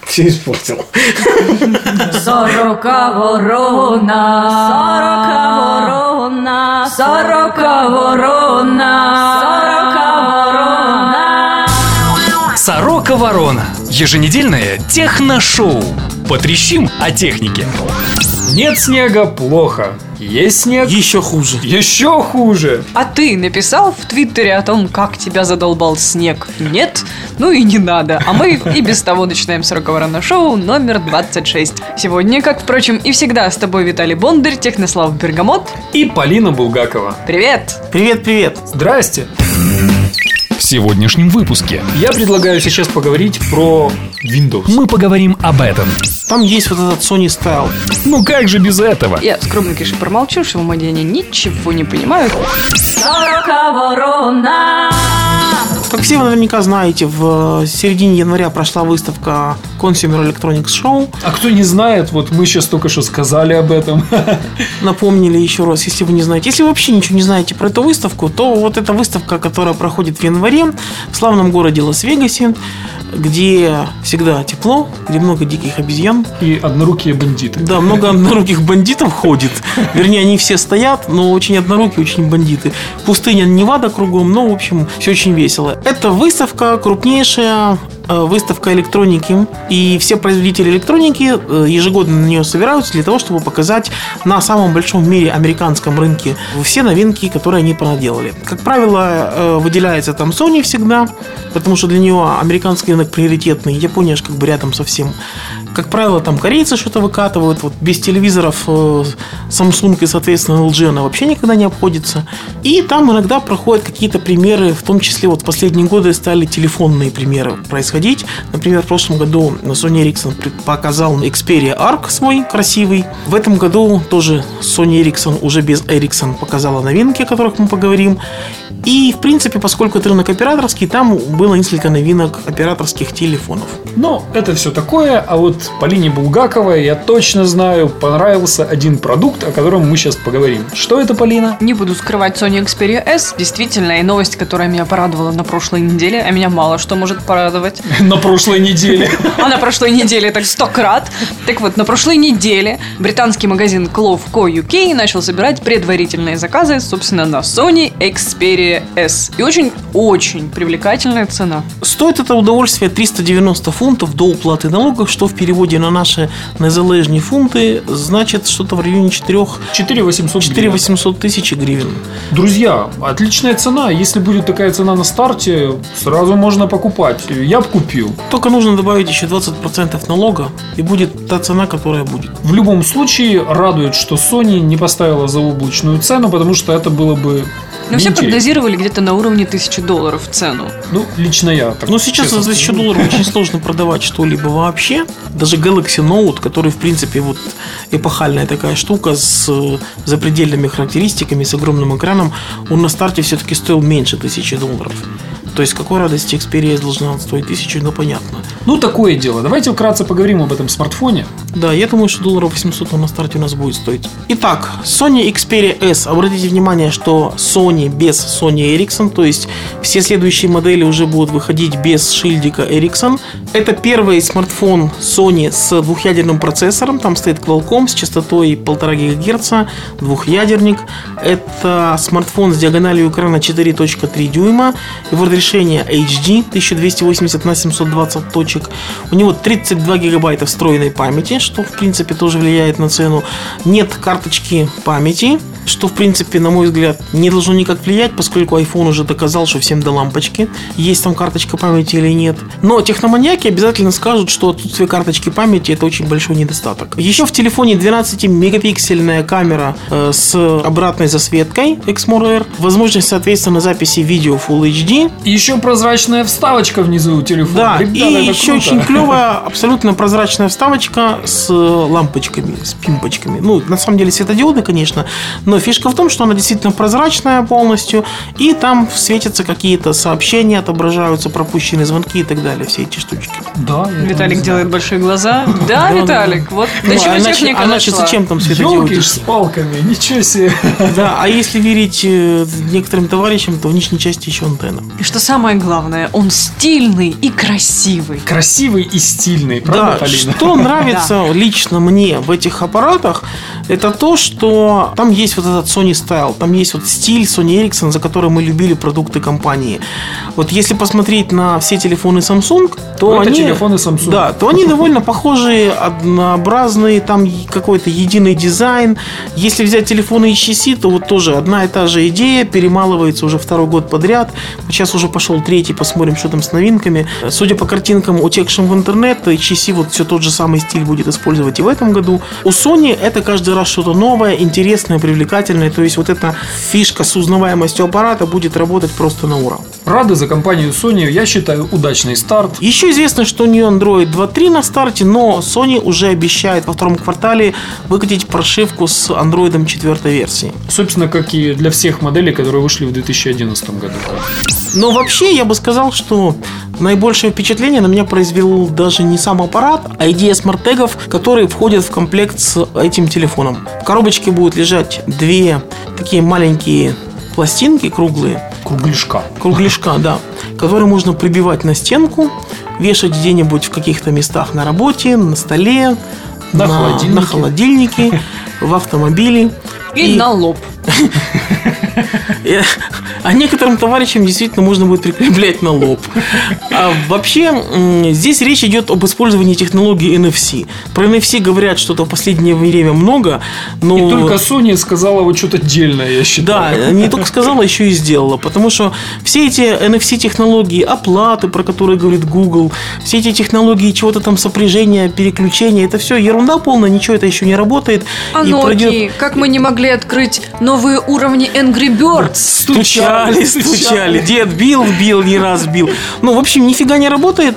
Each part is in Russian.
Все испортил. Сорока ворона, сорока ворона, сорока ворона, сорока ворона. Сорока ворона. Еженедельное техношоу. Потрещим о технике. Нет снега – плохо. Есть снег – еще хуже. Еще хуже. А ты написал в Твиттере о том, как тебя задолбал снег? Нет? Ну и не надо. А мы и без того начинаем «Сорока ворона» шоу номер 26. Сегодня, как, впрочем, и всегда, с тобой Виталий Бондарь, Технослав Бергамот и Полина Булгакова. Привет! Привет. Здрасте. В сегодняшнем выпуске Я предлагаю сейчас поговорить про Windows. мы поговорим об этом. Там есть вот этот Sony Style. Ну как же без этого? Я скромно, конечно, промолчу, что в моде они ничего не понимают. Сорока ворона. Как все вы наверняка знаете, в середине января прошла выставка Consumer Electronics Show. А кто не знает, вот мы сейчас только что сказали об этом. Напомнили еще раз, если вы не знаете. Если вы вообще ничего не знаете про эту выставку, то вот эта выставка, которая проходит в январе в славном городе Лас-Вегасе, где всегда тепло, где много диких обезьян. И однорукие бандиты. Да, много одноруких бандитов ходит. Вернее, они все стоят, но очень однорукие, очень бандиты. Пустыня Невада кругом, но, в общем, все очень весело. Это выставка, крупнейшая выставка электроники. И все производители электроники ежегодно на нее собираются для того, чтобы показать на самом большом в мире американском рынке все новинки, которые они понаделали. Как правило, выделяется там Sony всегда, потому что для нее американский рынок приоритетный. Япония же как бы рядом совсем. Как правило, там корейцы что-то выкатывают. Вот без телевизоров Samsung и, соответственно, LG она вообще никогда не обходится. И там иногда проходят какие-то примеры, в том числе вот в последние годы стали телефонные примеры происходить. Например, в прошлом году Sony Ericsson показал Xperia Arc свой красивый. В этом году тоже Sony Ericsson уже без Ericsson показала новинки, о которых мы поговорим. И, в принципе, поскольку это рынок операторский, там было несколько новинок операторских телефонов. Но это все такое, а вот Полине Булгаковой, я точно знаю, понравился один продукт, о котором мы сейчас поговорим. Что это, Полина? Не буду скрывать, Sony Xperia S. Действительно, и новость, которая меня порадовала на прошлой неделе, а меня мало что может порадовать. На прошлой неделе. А на прошлой неделе так 100 крат. Так вот, на прошлой неделе британский магазин Clove Co. UK начал собирать предварительные заказы, собственно, на Sony Xperia S. И очень-очень привлекательная цена. Стоит это удовольствие 390 фунтов до уплаты налогов, что в переводе на наши незалежные фунты значит что-то в районе 4-800 тысяч гривен. Друзья, отличная цена. Если будет такая цена на старте, сразу можно покупать. Я бы купил. Только нужно добавить еще 20% налога, и будет та цена, которая будет. В любом случае, радует, что Sony не поставила заоблачную цену, потому что это было бы... Но все прогнозировали где-то на уровне $1000 цену. Ну, лично я так. Но сейчас за $1000 очень сложно продавать что-либо вообще. Даже Galaxy Note, который, в принципе, вот эпохальная такая штука с запредельными характеристиками, с огромным экраном, он на старте все-таки стоил меньше $1000. То есть, какой радости Xperia S должна стоить 1000, ну, понятно. Ну, такое дело. Давайте вкратце поговорим об этом смартфоне. Да, я думаю, что $800 он на старте у нас будет стоить. Итак, Sony Xperia S. Обратите внимание, что Sony без Sony Ericsson, то есть все следующие модели уже будут выходить без шильдика Ericsson. Это первый смартфон Sony с двухъядерным процессором. Там стоит Qualcomm с частотой 1,5 ГГц, двухъядерник. Это смартфон с диагональю экрана 4.3 дюйма. Его разрешение HD 1280 на 720 точек. У него 32 гигабайта встроенной памяти, что в принципе тоже влияет на цену. Нет карточки памяти, что в принципе, на мой взгляд, не должно никак влиять, поскольку iPhone уже доказал, что всем до лампочки, есть там карточка памяти или нет. Но техноманьяки обязательно скажут, что отсутствие карточки памяти — это очень большой недостаток. Еще в телефоне 12-мегапиксельная камера с обратной засветкой Exmor Air, возможность, соответственно, записи видео Full HD. И еще прозрачная вставочка внизу у телефона. Да, ребята, и еще круто. очень клевая, абсолютно прозрачная вставочка с лампочками, с пимпочками. Ну, на самом деле светодиоды, конечно, но Но фишка в том, что она действительно прозрачная полностью, и там светятся какие-то сообщения, отображаются пропущенные звонки и так далее, все эти штучки. Да, Виталик делает большие глаза. Да, Виталик, вот до чего техника иначе дошла. зачем там Ёлки светодиоды? с палками, ничего себе. Да, а если верить некоторым товарищам, то в нижней части еще антенна. И что самое главное, он стильный и красивый. Красивый и стильный, правда, Да, Полина? что нравится лично мне в этих аппаратах, это то, что там есть вот этот Sony Style, там есть вот стиль Sony Ericsson, за который мы любили продукты компании. Вот если посмотреть на все телефоны Samsung, то Это они... телефоны Samsung. Да, то они довольно похожие, однообразные, там какой-то единый дизайн. Если взять телефоны HTC, то вот тоже одна и та же идея, перемалывается уже второй год подряд. Сейчас уже пошел третий, посмотрим, что там с новинками. Судя по картинкам, утекшим в интернет, HTC вот все тот же самый стиль будет использовать и в этом году. У Sony это каждый раз что-то новое, интересное, привлекательное. То есть вот эта фишка с узнаваемостью аппарата будет работать просто на ура. Рады за компанию Sony, я считаю, удачный старт. Еще известно, что у нее Android 2.3 на старте, но Sony уже обещает во втором квартале выкатить прошивку с Android 4 версии. Собственно, как и для всех моделей, которые вышли в 2011 году. Но вообще я бы сказал, что наибольшее впечатление на меня произвел даже не сам аппарат, а идея смарт-тегов, которые входят в комплект с этим телефоном. В коробочке будут лежать две такие маленькие пластинки круглые. Кругляшка, да. Которые можно прибивать на стенку, вешать где-нибудь в каких-то местах на работе, на столе, на холодильнике, в автомобиле. И на лоб. А некоторым товарищам действительно можно будет прикреплять на лоб. А вообще, здесь речь идет об использовании технологии NFC. Про NFC говорят что-то в последнее время много, но... И только Sony сказала вот что-то дельное, я считаю. Да, не только сказала, еще и сделала. Потому что все эти NFC-технологии, оплаты, про которые говорит Google, все эти технологии чего-то там сопряжения, переключения, это все ерунда полная, ничего это еще не работает. А Nokia, как мы не могли открыть новые уровни Angry Birds? Стучали. Дед бил, не раз бил. Ну, в общем, нифига не работает.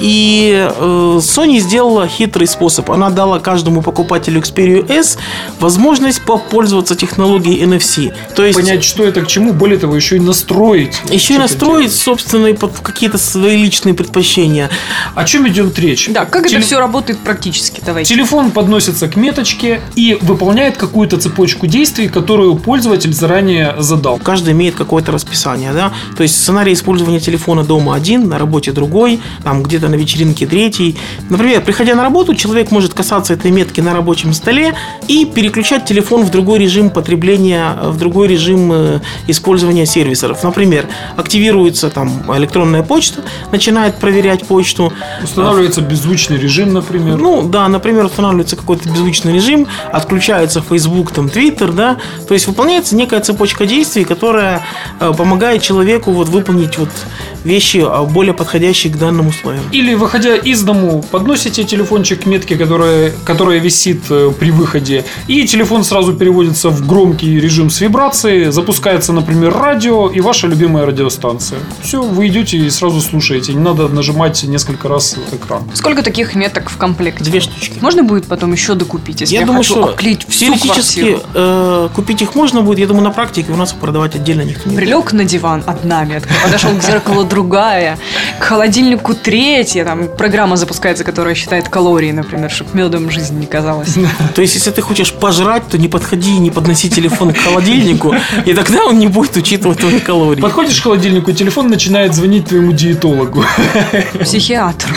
И Sony сделала хитрый способ. Она дала каждому покупателю Xperia S возможность попользоваться технологией NFC. То есть понять, что это к чему, более того, еще и настроить. Еще и настроить собственные какие-то свои личные предпочтения. О чем идет речь? Да, как это все работает практически, давайте. Телефон подносится к меточке и выполняет какую-то цепочку действий, которую пользователь заранее задал. Каждый имеет какое-то расписание, да. То есть сценарий использования телефона дома один, на работе другой, там где-то на вечеринке третий. Например, приходя на работу, человек может касаться этой метки на рабочем столе и переключать телефон в другой режим потребления, в другой режим использования сервисов. Например, активируется там электронная почта, начинает проверять почту. Устанавливается беззвучный режим, например. Ну, да, например, устанавливается какой-то беззвучный режим, отключается Facebook, там, Twitter, да. То есть выполняется некая цепочка действий, которая помогает человеку вот выполнить вот вещи, более подходящие к данным условиям. Или, выходя из дому, подносите телефончик к метке, которая висит при выходе, и телефон сразу переводится в громкий режим с вибрацией, запускается, например, радио и ваша любимая радиостанция. Все, вы идете и сразу слушаете. Не надо нажимать несколько раз экран. Сколько таких меток в комплекте? 2 штучки. Можно будет потом еще докупить, если я думаю, хочу что обклеить всю теоретически купить их можно будет. Я думаю, на практике у нас продавать отдельно никто не будет. Прилег на диван одна метка, подошел к зеркалу другая, к холодильнику третья, там программа запускается, которая считает калории, например, чтобы медом жизнь не казалась. То есть, если ты хочешь пожрать, то не подходи, не подноси телефон к холодильнику, и тогда он не будет учитывать твои калории. Подходишь к холодильнику, телефон начинает звонить твоему диетологу. Психиатр.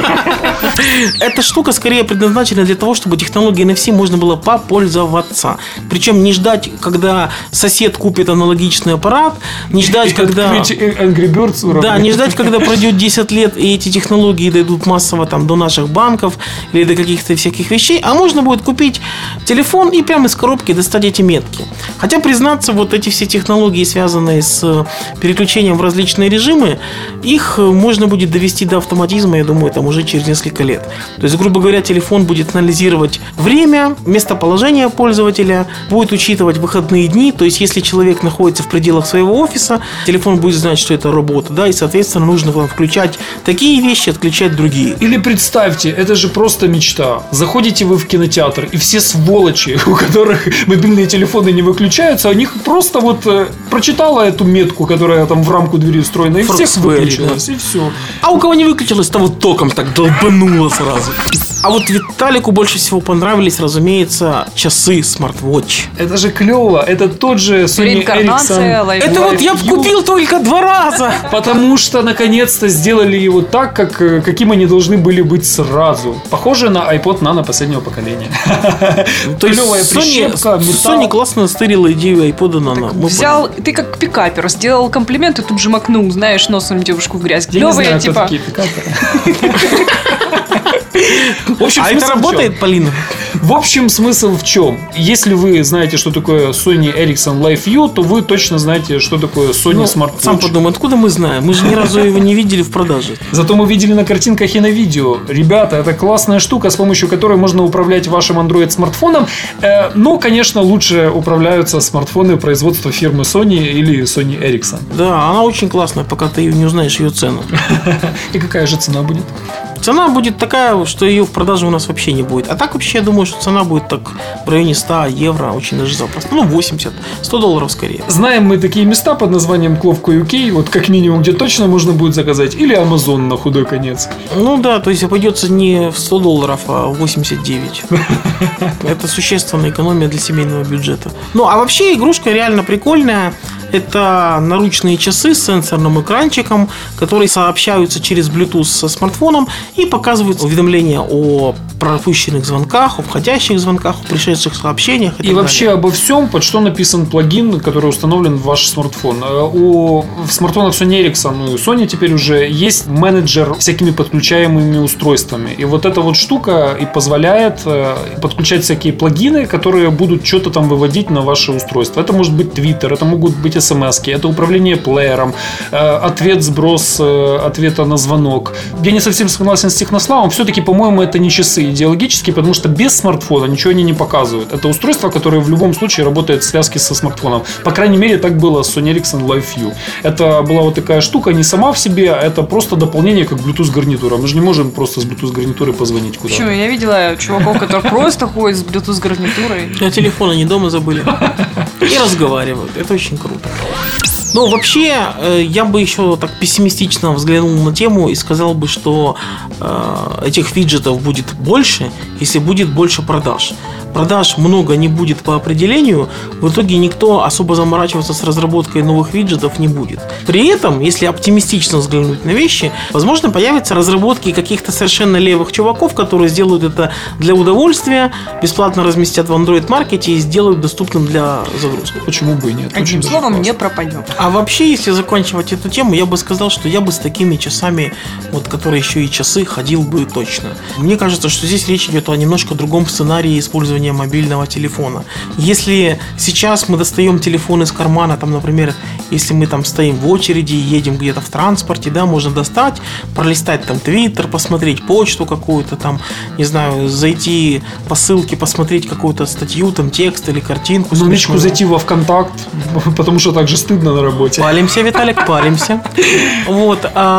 Эта штука скорее предназначена для того, чтобы технологией NFC можно было попользоваться. Причем не ждать, когда сосед купит аналогичный аппарат, не ждать, когда... Angry Birds уровня. Да, не ждать, когда пройдет 10 лет, и эти технологии дойдут массово там, до наших банков или до каких-то всяких вещей, а можно будет купить телефон и прямо из коробки достать эти метки. Хотя, признаться, вот эти все технологии, связанные с переключением в различные режимы, их можно будет довести до автоматизма, я думаю, там уже через несколько несколько лет. То есть, грубо говоря, телефон будет анализировать время, местоположение пользователя, будет учитывать выходные дни. То есть, если человек находится в пределах своего офиса, телефон будет знать, что это работа, да, и, соответственно, нужно вам включать такие вещи, отключать другие. Или представьте, это же просто мечта. Заходите вы в кинотеатр, и все сволочи, у которых мобильные телефоны не выключаются, у них просто прочитала эту метку, которая там в рамку двери встроена, и всех выключилась, да. И все. А у кого не выключилось, того током так долбануло сразу. А вот Виталику больше всего понравились, разумеется, часы Smartwatch. Это же клево, это тот же Sony Ericsson. Это вот я бы купил только 2 раза. Потому что наконец-то сделали его так, каким они должны были быть сразу. Похоже на iPod Nano последнего поколения. То есть клевая прищепка, металл. Sony классно стырила идею iPod Nano. Взял, ты как пикапер, сделал комплимент и тут же макнул, знаешь, носом девушку в грязь. Клевые, типа. А это работает, Полина? В общем, смысл в чем? Если вы знаете, что такое Sony Ericsson Live View, то вы точно знаете, что такое Sony Smartwatch. Сам подумай, откуда мы знаем? Мы же ни разу его не видели в продаже. Зато мы видели на картинках и на видео. Ребята, это классная штука, с помощью которой можно управлять вашим Android-смартфоном. Но, конечно, лучше управляются смартфоны производства фирмы Sony или Sony Ericsson. Да, она очень классная, пока ты не узнаешь ее цену. И какая же цена будет? Цена будет такая, что ее в продаже у нас вообще не будет. А так вообще я думаю, что цена будет так в районе 100 евро, очень даже запросто. 80, $100 скорее. Знаем мы такие места под названием Кловко UK, вот как минимум, где точно можно будет заказать, или Amazon на худой конец. Ну да, то есть обойдется не в $100, а в 89. Это существенная экономия для семейного бюджета. Ну а вообще игрушка реально прикольная. Это наручные часы с сенсорным экранчиком, которые сообщаются через Bluetooth со смартфоном и показывают уведомления о пропущенных звонках, о входящих звонках, о пришедших сообщениях. И вообще обо всем, под что написан плагин, который установлен в ваш смартфон. В смартфонах Sony Ericsson, и Sony теперь уже есть менеджер всякими подключаемыми устройствами. И вот эта вот штука и позволяет подключать всякие плагины, которые будут что-то там выводить на ваше устройство. Это может быть Twitter, это могут быть смс-ки, это управление плеером, ответ, сброс ответа на звонок. Я не совсем согласен с Технославом. Все-таки, по-моему, это не часы идеологические, потому что без смартфона ничего они не показывают. Это устройство, которое в любом случае работает в связке со смартфоном. По крайней мере, так было с Sony Ericsson Live View. Это была вот такая штука, не сама в себе, а это просто дополнение как Bluetooth гарнитура. Мы же не можем просто с Bluetooth гарнитурой позвонить куда-то. Почему? Я видела чуваков, которые просто ходят с Bluetooth гарнитурой. А телефон они дома забыли. И разговаривают. Это очень круто. Но вообще, я бы еще так пессимистично взглянул на тему и сказал бы, что этих виджетов будет больше, если будет больше продаж. Продаж много не будет по определению, в итоге никто особо заморачиваться с разработкой новых виджетов не будет. При этом, если оптимистично взглянуть на вещи, возможно, появятся разработки каких-то совершенно левых чуваков, которые сделают это для удовольствия, бесплатно разместят в Android-маркете и сделают доступным для загрузки. Почему бы и нет? Одним словом, не пропадет. А вообще, если заканчивать эту тему, я бы сказал, что я бы с такими часами, вот, которые еще и часы, ходил бы точно. Мне кажется, что здесь речь идет о немножко другом сценарии использования мобильного телефона. Если сейчас мы достаем телефон из кармана, там, например, если мы там стоим в очереди, едем где-то в транспорте, да, можно достать, пролистать там Twitter, посмотреть почту какую-то там, не знаю, зайти по ссылке, посмотреть какую-то статью, там, текст или картинку. Ну, личку зайти во ВКонтакт, потому что так же стыдно на работе. Палимся, Виталик, палимся. Вот,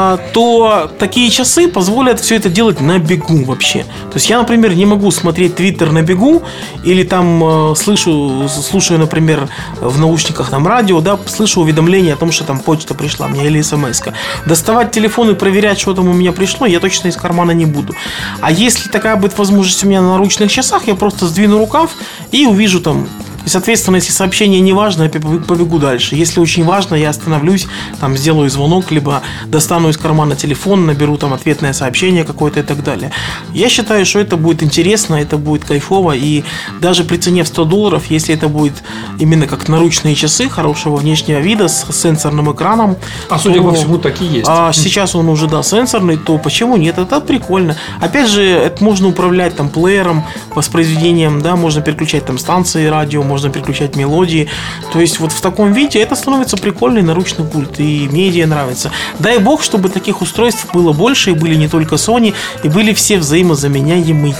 то такие часы позволят все это делать на бегу вообще. То есть я, например, не могу смотреть Twitter на бегу, или там слушаю, например, в наушниках там радио, да, слышу уведомление о том, что там почта пришла мне или смс-ка. Доставать телефон и проверять, что там у меня пришло, я точно из кармана не буду. А если такая будет возможность у меня на наручных часах, я просто сдвину рукав и увижу там. И, соответственно, если сообщение не важно, я побегу дальше. Если очень важно, я остановлюсь, там, сделаю звонок, либо достану из кармана телефон, наберу там ответное сообщение какое-то и так далее. Я считаю, что это будет интересно, это будет кайфово. И даже при цене в $100, если это будет именно как наручные часы хорошего внешнего вида с сенсорным экраном. А судя по всему, так и есть. А сейчас он уже, да, сенсорный, то почему нет? Это прикольно. Опять же, это можно управлять там плеером, воспроизведением, да, можно переключать там станции радио, можно переключать мелодии. То есть вот в таком виде это становится прикольный наручный пульт, и мне идея нравится. Дай бог, чтобы таких устройств было больше, и были не только Sony, и были все взаимозаменяемые.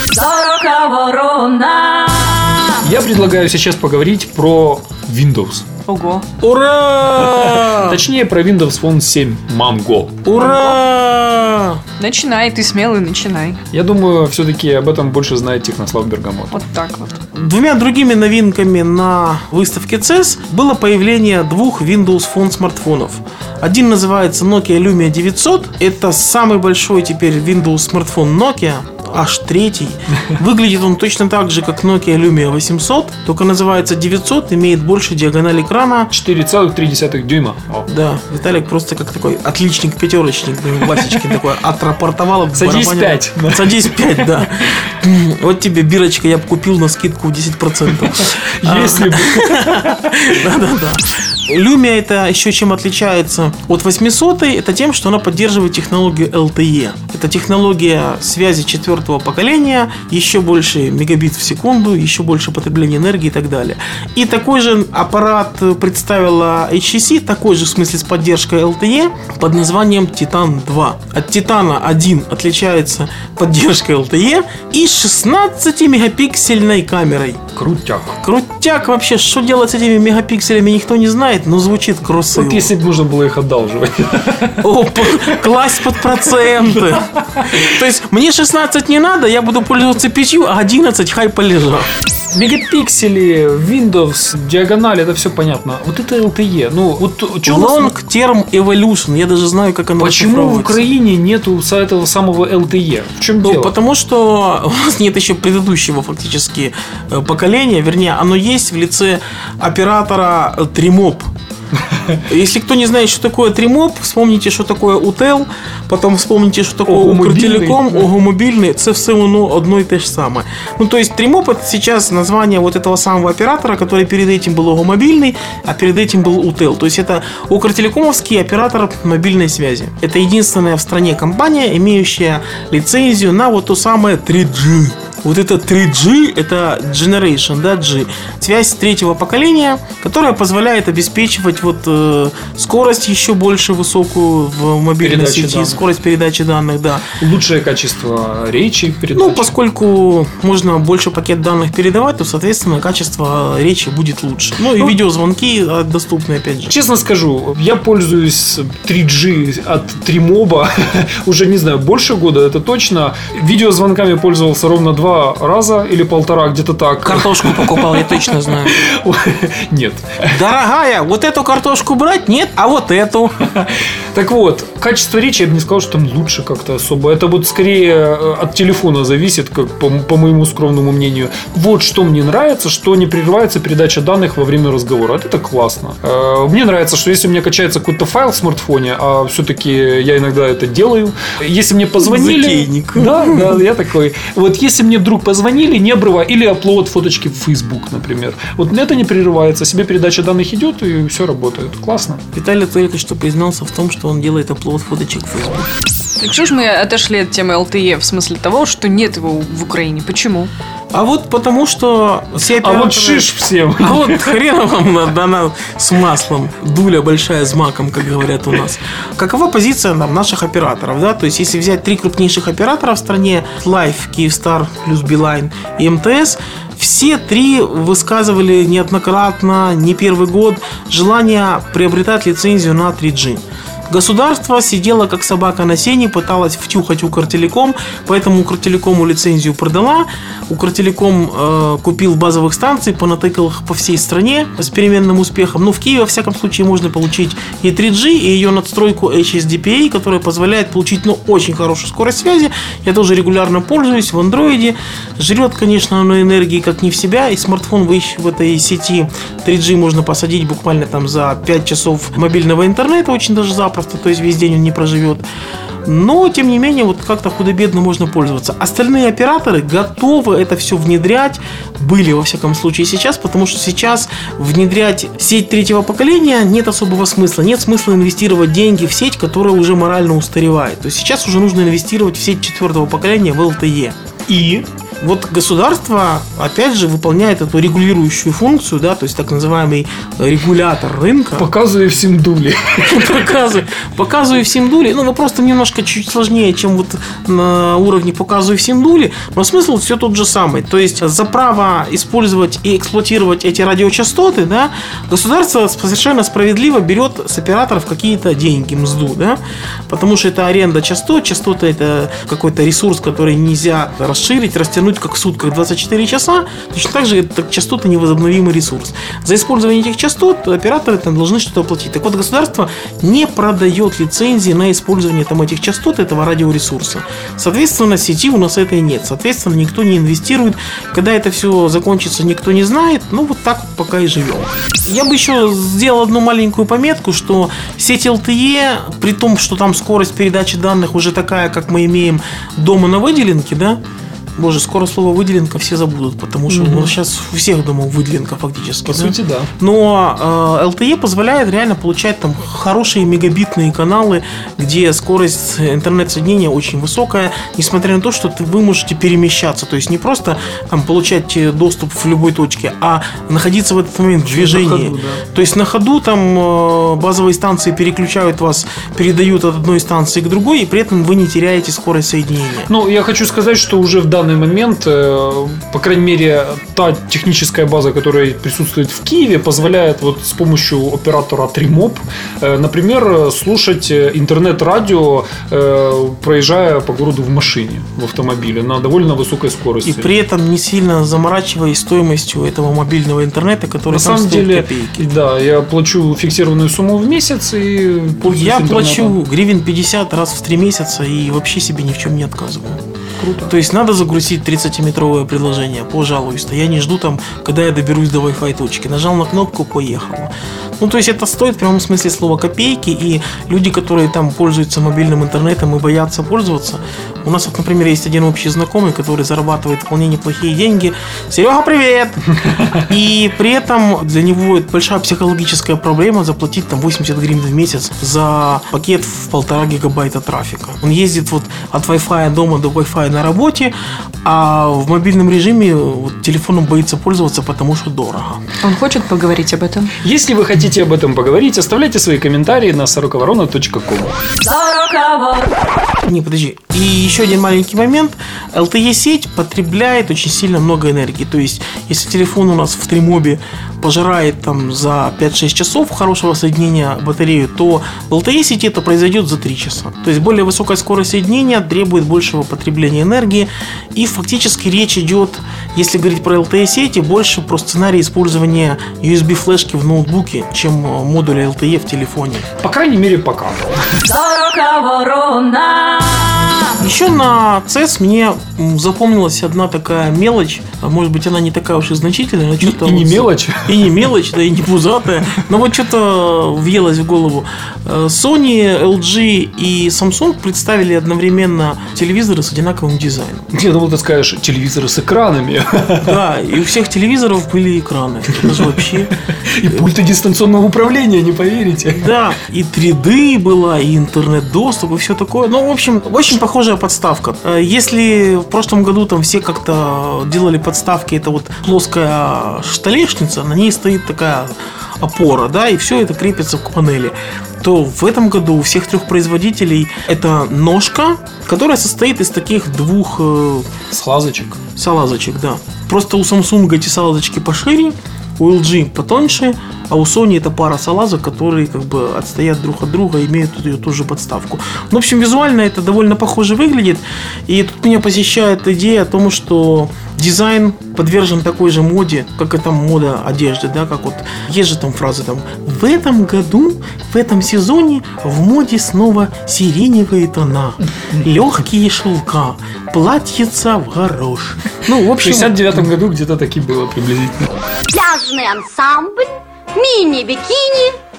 Я предлагаю сейчас поговорить про Windows. Ого. Ура! Точнее, про Windows Phone 7 Mango. Ура! Начинай, ты смелый, начинай. Я думаю, все-таки об этом больше знает Технослав Бергамот. Вот так вот. Двумя другими новинками на выставке CES было появление двух Windows Phone смартфонов. Один называется Nokia Lumia 900. Это самый большой теперь Windows смартфон Nokia. Аж третий. Выглядит он точно так же, как Nokia Lumia 800, только называется 900, имеет больше диагональ экрана. 4,3 дюйма. Да, Виталик просто как такой отличник-пятерочник, Васечкин такой отрапортовал. Садись 5. Садись 5, да. Вот тебе бирочка, я бы купил на скидку 10%. Если бы. Да-да-да. Lumia это еще чем отличается от 800, это тем, что она поддерживает технологию LTE. Это технология связи 4-го поколения, еще больше мегабит в секунду, еще больше потребления энергии и так далее. И такой же аппарат представила HTC, такой же в смысле с поддержкой LTE, под названием Titan 2. От Titan 1 отличается поддержкой LTE и 16-мегапиксельной камерой. Крутяк. Крутяк вообще, что делать с этими мегапикселями, никто не знает, но звучит красиво. Вот если бы нужно было их одалживать. О, класть под проценты. То есть мне 16 не надо, я буду пользоваться 5, а 11 хай полежал. Мегапиксели, Windows, диагональ, это все понятно. Вот это LTE. Ну, вот что Long Term Evolution, я даже знаю, как оно Почему в Украине нету этого самого LTE? В чем дело? Потому что у нас нет еще предыдущего фактически поколения, вернее, оно есть в лице оператора Trimop. Если кто не знает, что такое Trimop, вспомните, что такое UTEL, потом вспомните, что такое Укртелеком, Огомобильный, це все одно и то же самое. Ну, то есть Trimop это сейчас название вот этого самого оператора, который перед этим был Огомобильный, а перед этим был UTEL. То есть это Укртелекомовский оператор мобильной связи. Это единственная в стране компания, имеющая лицензию на вот то самое 3G. Вот это 3G, это Generation, да, G. Связь третьего поколения, которая позволяет обеспечивать вот скорость еще больше высокую в мобильной передачи сети, данных. Скорость передачи данных, да. Лучшее качество речи, передачи. Ну, поскольку можно больше пакет данных передавать, то, соответственно, качество речи будет лучше. Ну, и видеозвонки доступны, опять же. Честно скажу, я пользуюсь 3G от Trimop уже, не знаю, больше года, это точно. Видеозвонками пользовался ровно 2 раза или 1,5, где-то так. Картошку покупал, я точно знаю. Нет. Дорогая, вот эту картошку брать? Нет, а вот эту. Так вот, качество речи, я бы не сказал, что там лучше как-то особо. Это вот скорее от телефона зависит, как по моему скромному мнению. Вот что мне нравится, что не прерывается передача данных во время разговора. Это классно. Мне нравится, что если у меня качается какой-то файл в смартфоне, а все-таки я иногда это делаю, если мне позвонили... Затейник. Да, я такой. Вот если мне вдруг позвонили, не обрывай. Или апплоад фоточки в Facebook, например. Вот это не прерывается. Себе передача данных идет, и все работает. Классно. Виталий только что признался в том, что он делает апплод фоточек в Facebook. Так что ж мы отошли от темы LTE в смысле того, что нет его в Украине? Почему? А вот потому что все операторы... А вот шиш всем. А вот хрен вам дана с маслом, дуля большая с маком, как говорят у нас. Какова позиция наших операторов, да? То есть, если взять 3 крупнейших оператора в стране, Life, Kyivstar плюс Билайн и МТС, все 3 высказывали неоднократно, не первый год, желание приобретать лицензию на 3G. Государство сидело как собака на сене, пыталось втюхать Укртелеком, поэтому Укртелекому лицензию продала. Укртелеком купил базовых станций, понатыкал их по всей стране с переменным успехом. Но в Киеве, во всяком случае, можно получить и 3G, и ее надстройку HSDPA, которая позволяет получить очень хорошую скорость связи. Я тоже регулярно пользуюсь в андроиде. Жрет, конечно, оно энергии как не в себя, и смартфон в этой сети 3G можно посадить буквально там за 5 часов мобильного интернета, очень даже запросто. То есть весь день он не проживет. Но, тем не менее, вот как-то худо-бедно можно пользоваться. Остальные операторы готовы это все внедрять. Были, во всяком случае, сейчас. Потому что сейчас внедрять сеть третьего поколения нет особого смысла. Нет смысла инвестировать деньги в сеть, которая уже морально устаревает. То есть сейчас уже нужно инвестировать в сеть 4-го поколения в LTE. Вот государство, опять же, выполняет эту регулирующую функцию, да, то есть так называемый регулятор рынка. Показывай всем дули. Показываю всем дули. Ну, вопрос там немножко чуть сложнее, чем вот на уровне показываю всем дули, но смысл все тот же самый. То есть за право использовать и эксплуатировать эти радиочастоты, да, государство совершенно справедливо берет с операторов какие-то деньги, мзду, да, потому что это аренда частот. Частота — это какой-то ресурс, который нельзя расширить, растянуть как в сутках 24 часа. Точно так же это частота — невозобновимый ресурс. За использование этих частот операторы там должны что-то оплатить. Так вот, государство не продает лицензии на использование там этих частот, этого радиоресурса. Соответственно, сети у нас этой нет. Соответственно, никто не инвестирует. Когда это все закончится, никто не знает. Ну, вот так вот пока и живем. Я бы еще сделал одну маленькую пометку, что сеть LTE, при том, что там скорость передачи данных уже такая, как мы имеем дома на выделенке, да? Боже, скоро слово выделенка все забудут, потому что сейчас у всех домов выделенка фактически. По сути, да. Но LTE позволяет реально получать там хорошие мегабитные каналы, где скорость интернет-соединения очень высокая, несмотря на то, что вы можете перемещаться. То есть не просто там получать доступ в любой точке, а находиться в этот момент в движении. Ходу, да. То есть на ходу там базовые станции переключают вас, передают от одной станции к другой, и при этом вы не теряете скорость соединения. Ну, я хочу сказать, что уже в данный момент, по крайней мере, та техническая база, которая присутствует в Киеве, позволяет вот с помощью оператора Trimop, например, слушать интернет-радио, проезжая по городу в машине, в автомобиле на довольно высокой скорости. И при этом не сильно заморачиваясь стоимостью этого мобильного интернета, который на там самом стоит деле, копейки. Да, я плачу фиксированную сумму в месяц и пользуюсь Я интернетом. плачу гривен 50 раз в 3 месяца и вообще себе ни в чем не отказываю. Круто. То есть надо загрузить 30-метровое приложение, пожалуйста. Я не жду там, когда я доберусь до Wi-Fi точки. Нажал на кнопку, поехал. Ну, то есть это стоит в прямом смысле слова копейки. И люди, которые там пользуются мобильным интернетом и боятся пользоваться. У нас, вот, например, есть один общий знакомый, который зарабатывает вполне неплохие деньги. Серега, привет! И при этом для него это большая психологическая проблема заплатить там 80 гривен в месяц за пакет в 1,5 гигабайта трафика. Он ездит вот от Wi-Fi дома до Wi-Fi на работе, а в мобильном режиме вот, телефоном боится пользоваться, потому что дорого. Он хочет поговорить об этом? Если вы хотите об этом поговорить, оставляйте свои комментарии на sorokavorona.com. Не, подожди. И еще один маленький момент. LTE-сеть потребляет очень сильно много энергии. То есть, если телефон у нас в Trimob'е пожирает там за 5-6 часов хорошего соединения батарею, то в LTE-сети это произойдет за 3 часа. То есть, более высокая скорость соединения требует большего потребления энергии. И фактически речь идет, если говорить про LTE-сети, больше про сценарий использования USB-флешки в ноутбуке, чем модуля LTE в телефоне. По крайней мере, пока. Еще на CES мне запомнилась одна такая мелочь. Может быть, она не такая уж и значительная, но что-то и не мелочь. И не мелочь, да и не пузатая. Но вот что-то въелось в голову. Sony, LG и Samsung представили одновременно телевизоры с одинаковым дизайном. Я думал, ты скажешь, телевизоры с экранами. Да, и у всех телевизоров были экраны. Это же вообще... И пульты дистанционного управления, не поверите. Да, и 3D была, и интернет-доступ, и все такое. Ну, в общем, очень похожая подставка. Если в прошлом году там все как-то делали подставки, это вот плоская столешница, на ней стоит такая опора, да, и все это крепится к панели, то в этом году у всех 3 производителей это ножка, которая состоит из таких 2 салазочек, да. Просто у Samsung эти салазочки пошире, у LG потоньше, а у Sony это пара салазок, которые как бы отстоят друг от друга, имеют ее ту же подставку. В общем, визуально это довольно похоже выглядит. И тут меня посещает идея о том, что дизайн подвержен такой же моде, как и там мода одежды, да, как вот есть же там фразы там: в этом году, в этом сезоне в моде снова сиреневые тона, легкие шелка, платьица в горош. Ну, в общем, в 69-м году где-то таки было приблизительно. Пляжный ансамбль, мини-бикини,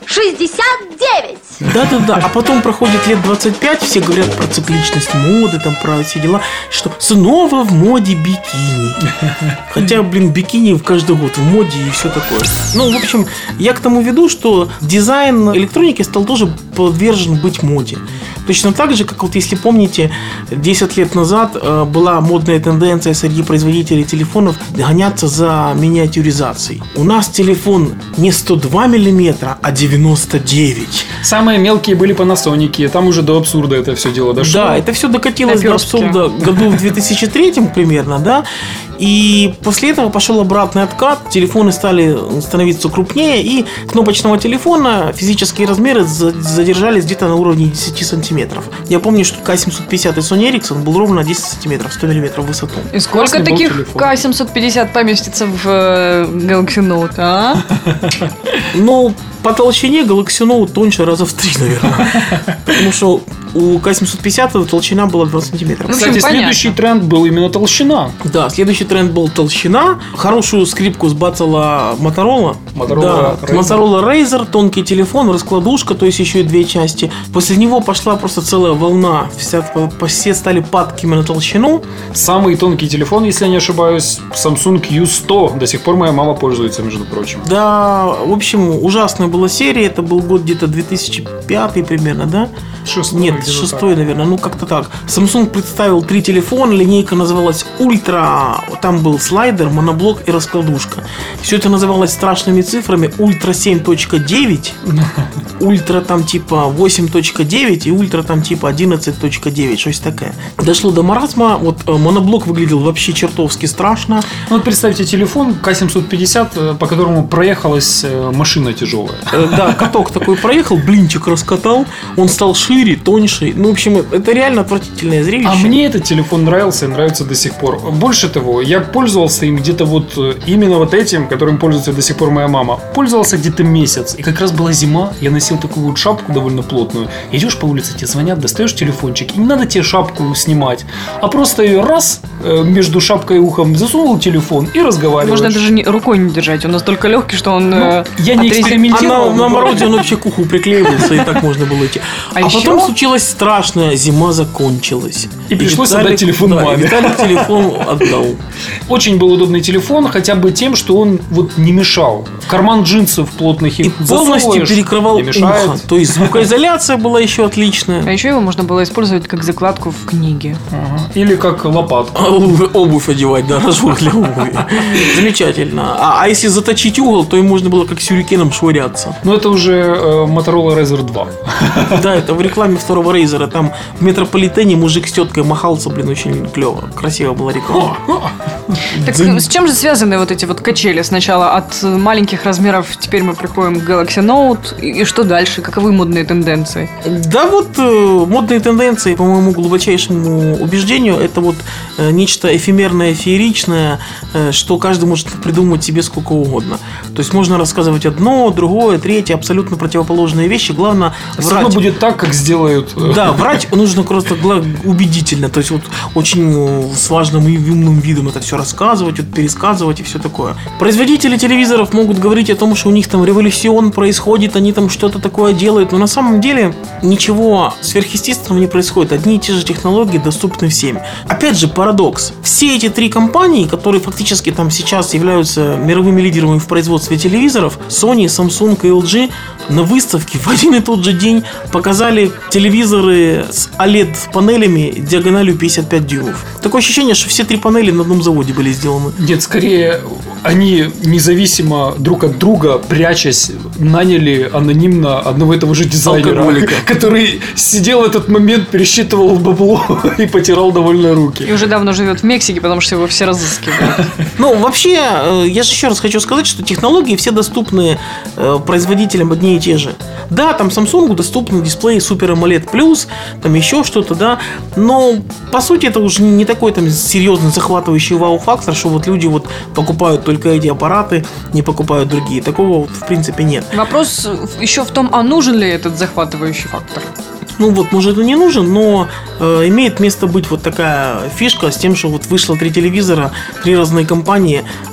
69. Да. А потом проходит лет 25, все говорят про цикличность моды, там про все дела, что снова в моде бикини. Хотя, бикини в каждый год в моде и все такое. Ну, в общем, я к тому веду, что дизайн электроники стал тоже подвержен быть моде. Точно так же, как вот если помните, 10 лет назад была модная тенденция среди производителей телефонов гоняться за миниатюризацией. У нас телефон не 102 мм, а 99. Самые мелкие были Panasonic, там уже до абсурда это все дело дошло. Да, это все докатилось до абсурда году в 2003 примерно, да. И после этого пошел обратный откат, телефоны стали становиться крупнее, и кнопочного телефона физические размеры задержались где-то на уровне 10 сантиметров. Я помню, что К750 и Sony Ericsson был ровно 10 сантиметров, 100 миллиметров в высоту. И сколько таких К750 поместится в Galaxy Note, а? Ну, по толщине Galaxy Note тоньше раза в 3, наверное. Потому что у К750 толщина была 20 сантиметров. Ну, кстати, следующий тренд был именно толщина. Да, следующий тренд был толщина. Хорошую скрипку сбацала Motorola. Motorola Razer, тонкий телефон, раскладушка, то есть еще и две части. После него пошла просто целая волна. Все стали падкими на толщину. Самый тонкий телефон, если я не ошибаюсь, Samsung U100. До сих пор моя мама пользуется, между прочим. Да, в общем, ужасная была серия. Это был год где-то 2005 примерно, да? Нет, 6, наверное, ну как-то так. Samsung представил 3 телефона, линейка называлась Ультра, там был слайдер, моноблок и раскладушка. Все это называлось страшными цифрами: Ультра 7.9, Ультра там типа 8.9 и Ультра там типа 11.9, что-то такое. Дошло до маразма, вот моноблок выглядел вообще чертовски страшно. Ну вот представьте телефон К750, по которому проехалась машина тяжелая. Да, каток такой проехал, блинчик раскатал, он стал шире, тоньше. Ну, в общем, это реально отвратительное зрелище. А мне этот телефон нравился и нравится до сих пор. Больше того, я пользовался им где-то вот именно вот этим, которым пользуется до сих пор моя мама. Пользовался где-то месяц. И как раз была зима, я носил такую вот шапку довольно плотную. Идешь по улице, тебе звонят, достаешь телефончик, и не надо тебе шапку снимать, а просто ее раз между шапкой и ухом засунул телефон и разговариваешь. Можно даже рукой не держать, он настолько легкий, что он... я не экспериментировал. А на морозе он вообще к уху приклеивался, и так можно было идти. А потом случилось страшное, зима закончилась. И пришлось отдать телефон маме. Виталик телефон отдал. Очень был удобный телефон, хотя бы тем, что он вот не мешал. Карман джинсов плотных и полностью перекрывал ухо. То есть звукоизоляция была еще отличная. А еще его можно было использовать как закладку в книге. Или как лопатку. Обувь одевать, да, разжух для обуви. Замечательно. А если заточить угол, то им можно было как сюрикеном швыряться. Ну, это уже Motorola Razer 2. Да, это в рекламе второго Razer. Там в метрополитене мужик с теткой махался, очень клево. Красиво была реклама. Так с чем же связаны вот эти вот качели? Сначала от маленьких размеров, теперь мы приходим к Galaxy Note. И что дальше? Каковы модные тенденции? Да вот модные тенденции, по моему глубочайшему убеждению, это вот нечто эфемерное, фееричное, что каждый может придумать себе сколько угодно. То есть можно рассказывать одно, другое, третье, абсолютно противоположные вещи. Главное врать. Все равно будет так, как сделают. Да, врать нужно просто убедительно. То есть вот очень с важным и умным видом это все рассказывать, вот, пересказывать и все такое. Производители телевизоров могут говорить о том, что у них там революцион происходит, они там что-то такое делают, но на самом деле ничего сверхъестественного не происходит. Одни и те же технологии доступны всем. Опять же, парадокс. Все эти 3 компании, которые фактически там сейчас являются мировыми лидерами в производстве телевизоров, Sony, Samsung и LG, на выставке в один и тот же день показали телевизоры с OLED-панелями диагональю 55 дюймов. Такое ощущение, что все 3 панели на одном заводе были сделаны. Нет, скорее, они независимо друг от друга, прячась, наняли анонимно одного и того же дизайнера, который сидел в этот момент, пересчитывал бабло и потирал довольно руки. И уже давно живет в Мексике, потому что его все разыскивают. Ну, вообще, я же еще раз хочу сказать, что технологии все доступны производителям одни и те же. Да, там Samsung доступны дисплеи Super AMOLED Plus, там еще что-то, да, но по сути это уже не такой там серьезный захватывающий вау-фактор, что вот люди вот покупают только эти аппараты, не покупают другие. Такого вот в принципе нет. Вопрос еще в том, а нужен ли этот захватывающий фактор? Ну вот, может, и не нужен, но имеет место быть вот такая фишка с тем, что вот вышло 3 телевизора, 3 разные компании.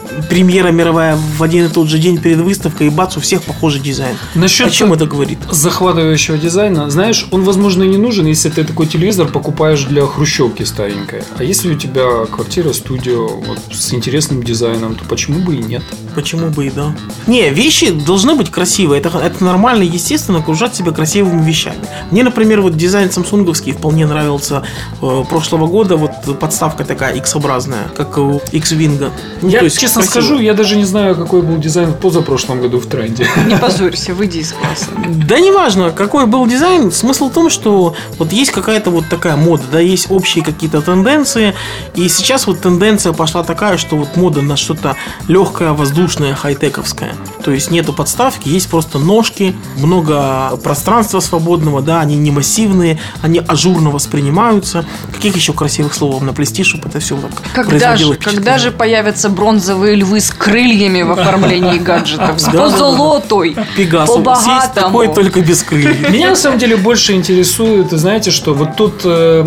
премьера мировая в один и тот же день перед выставкой, и бац, у всех похожий дизайн. Насчет О чем это говорит? захватывающего дизайна, знаешь, он, возможно, и не нужен, если ты такой телевизор покупаешь для хрущевки старенькой. А если у тебя квартира, студио вот, с интересным дизайном, то почему бы и нет? Почему бы и да? Не, вещи должны быть красивые. Это нормально, естественно, окружать себя красивыми вещами. Мне, например, вот дизайн самсунговский вполне нравился прошлого года. Вот подставка такая X-образная, как у X-Wing. Я честно скажу, я даже не знаю, какой был дизайн в позапрошлом году в тренде. Не позорься, выйди из класса. Да неважно, какой был дизайн. Смысл в том, что вот есть какая-то вот такая мода, да, есть общие какие-то тенденции. И сейчас вот тенденция пошла такая, что вот мода на что-то легкое, воздушное, хай-тековское. То есть нету подставки, есть просто ножки, много пространства свободного, да, они не массивные, они ажурно воспринимаются. Каких еще красивых слов вам наплести, чтобы это все так производило впечатление? Когда же появятся бронзовые львы с крыльями в оформлении гаджетов? С позолотой, Пегас. Есть такой, по-богатому. только без крыльев. Меня на самом деле больше интересует, знаете что, вот тот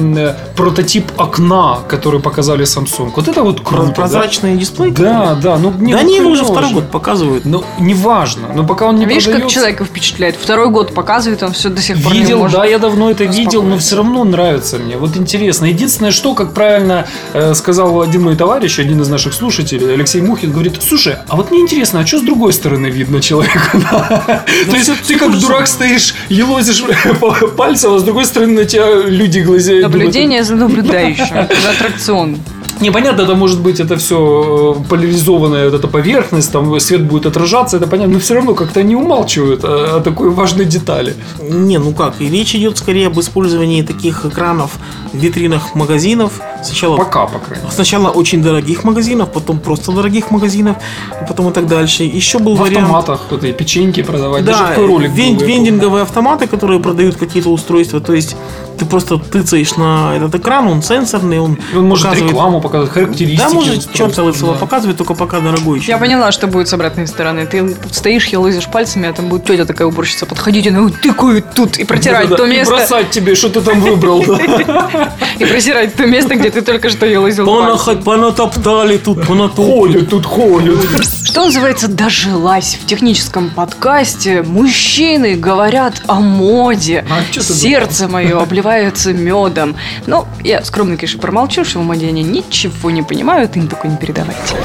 прототип окна, который показали Samsung. Вот это вот круто. Прозрачный дисплей? Да, да. Ну, Да они его уже второй год показывают. Ну, неважно. Но пока он не Видишь, как продается... человека впечатляет? Второй год показывает, он все до сих пор не Видел, может. да, я давно это видел, но все равно нравится мне. Вот интересно. Единственное, что, как правильно сказал один мой товарищ, один из наших слушателей, Алексей Мухин, говорит: слушай, а вот мне интересно, а что с другой стороны видно человека? То есть ты как дурак стоишь, елозишь пальцем, а с другой стороны на тебя люди глазеют. Наблюдение за наблюдающим. За аттракцион. Непонятно, это может быть это все поляризованная вот эта поверхность, там свет будет отражаться, это понятно, но все равно как-то они умалчивают о такой важной детали. Не, ну как, и речь идет скорее об использовании таких экранов в витринах магазинов. Пока, по крайней мере. Сначала очень дорогих магазинов, потом просто дорогих магазинов, и потом и так дальше. Еще был В вариант... автоматах вот эти печеньки продавать. Да, Даже такой ролик был, я помню. вендинговые автоматы, которые продают какие-то устройства. То есть ты просто тыцаешь на этот экран, он сенсорный, он может показывает... рекламу показывать, характеристики. Да, может, устройства. черт целый целого показывает, только пока дорогой еще. Я поняла, что будет с обратной стороны. Ты стоишь, елозишь пальцами, а там будет тетя такая уборщица подходить, она тыкает тут и протирать Да-да-да, то и место. бросать тебе, что ты там выбрал. И протирать то место, где ты только что елозил пальцем. Понатоптали тут, Ходят тут, ходят. Что называется, дожилась в техническом подкасте. Мужчины говорят о моде. А чё ты Сердце мое обливается медом. Ну, я скромно, конечно, промолчу, что в моде они ничего не понимают, им только не передавайте.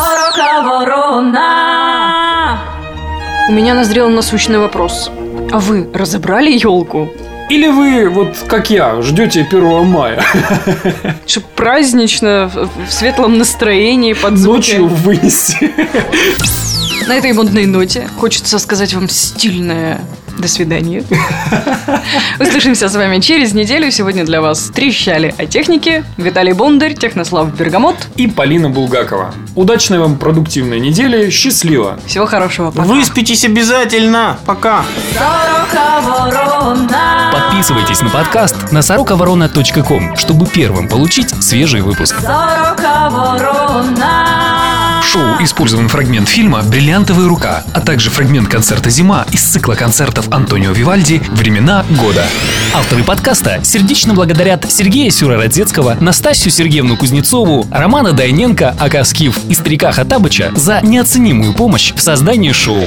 У меня назрел насущный вопрос. А вы разобрали елку? Или вы, вот как я, ждете 1 мая? Чтоб празднично, в светлом настроении, под звуки. Ночью вынести. На этой модной ноте хочется сказать вам стильное до свидания. Услышимся с вами через неделю. Сегодня для вас трещали о технике Виталий Бондарь, Технослав Бергамот И Полина Булгакова. Удачной вам продуктивной недели. Счастливо. Всего хорошего. Пока. Выспитесь обязательно. Пока. Подписывайтесь на подкаст на сорокаворона.ком, чтобы первым получить свежий выпуск. В шоу использован фрагмент фильма «Бриллиантовая рука», а также фрагмент концерта «Зима» из цикла концертов Антонио Вивальди «Времена года». Авторы подкаста сердечно благодарят Сергея Сюрородецкого, Настасью Сергеевну Кузнецову, Романа Дайненко, ака Скиф и старика Хаттабыча за неоценимую помощь в создании шоу.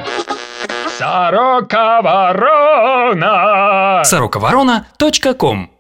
Сорокаворона.ком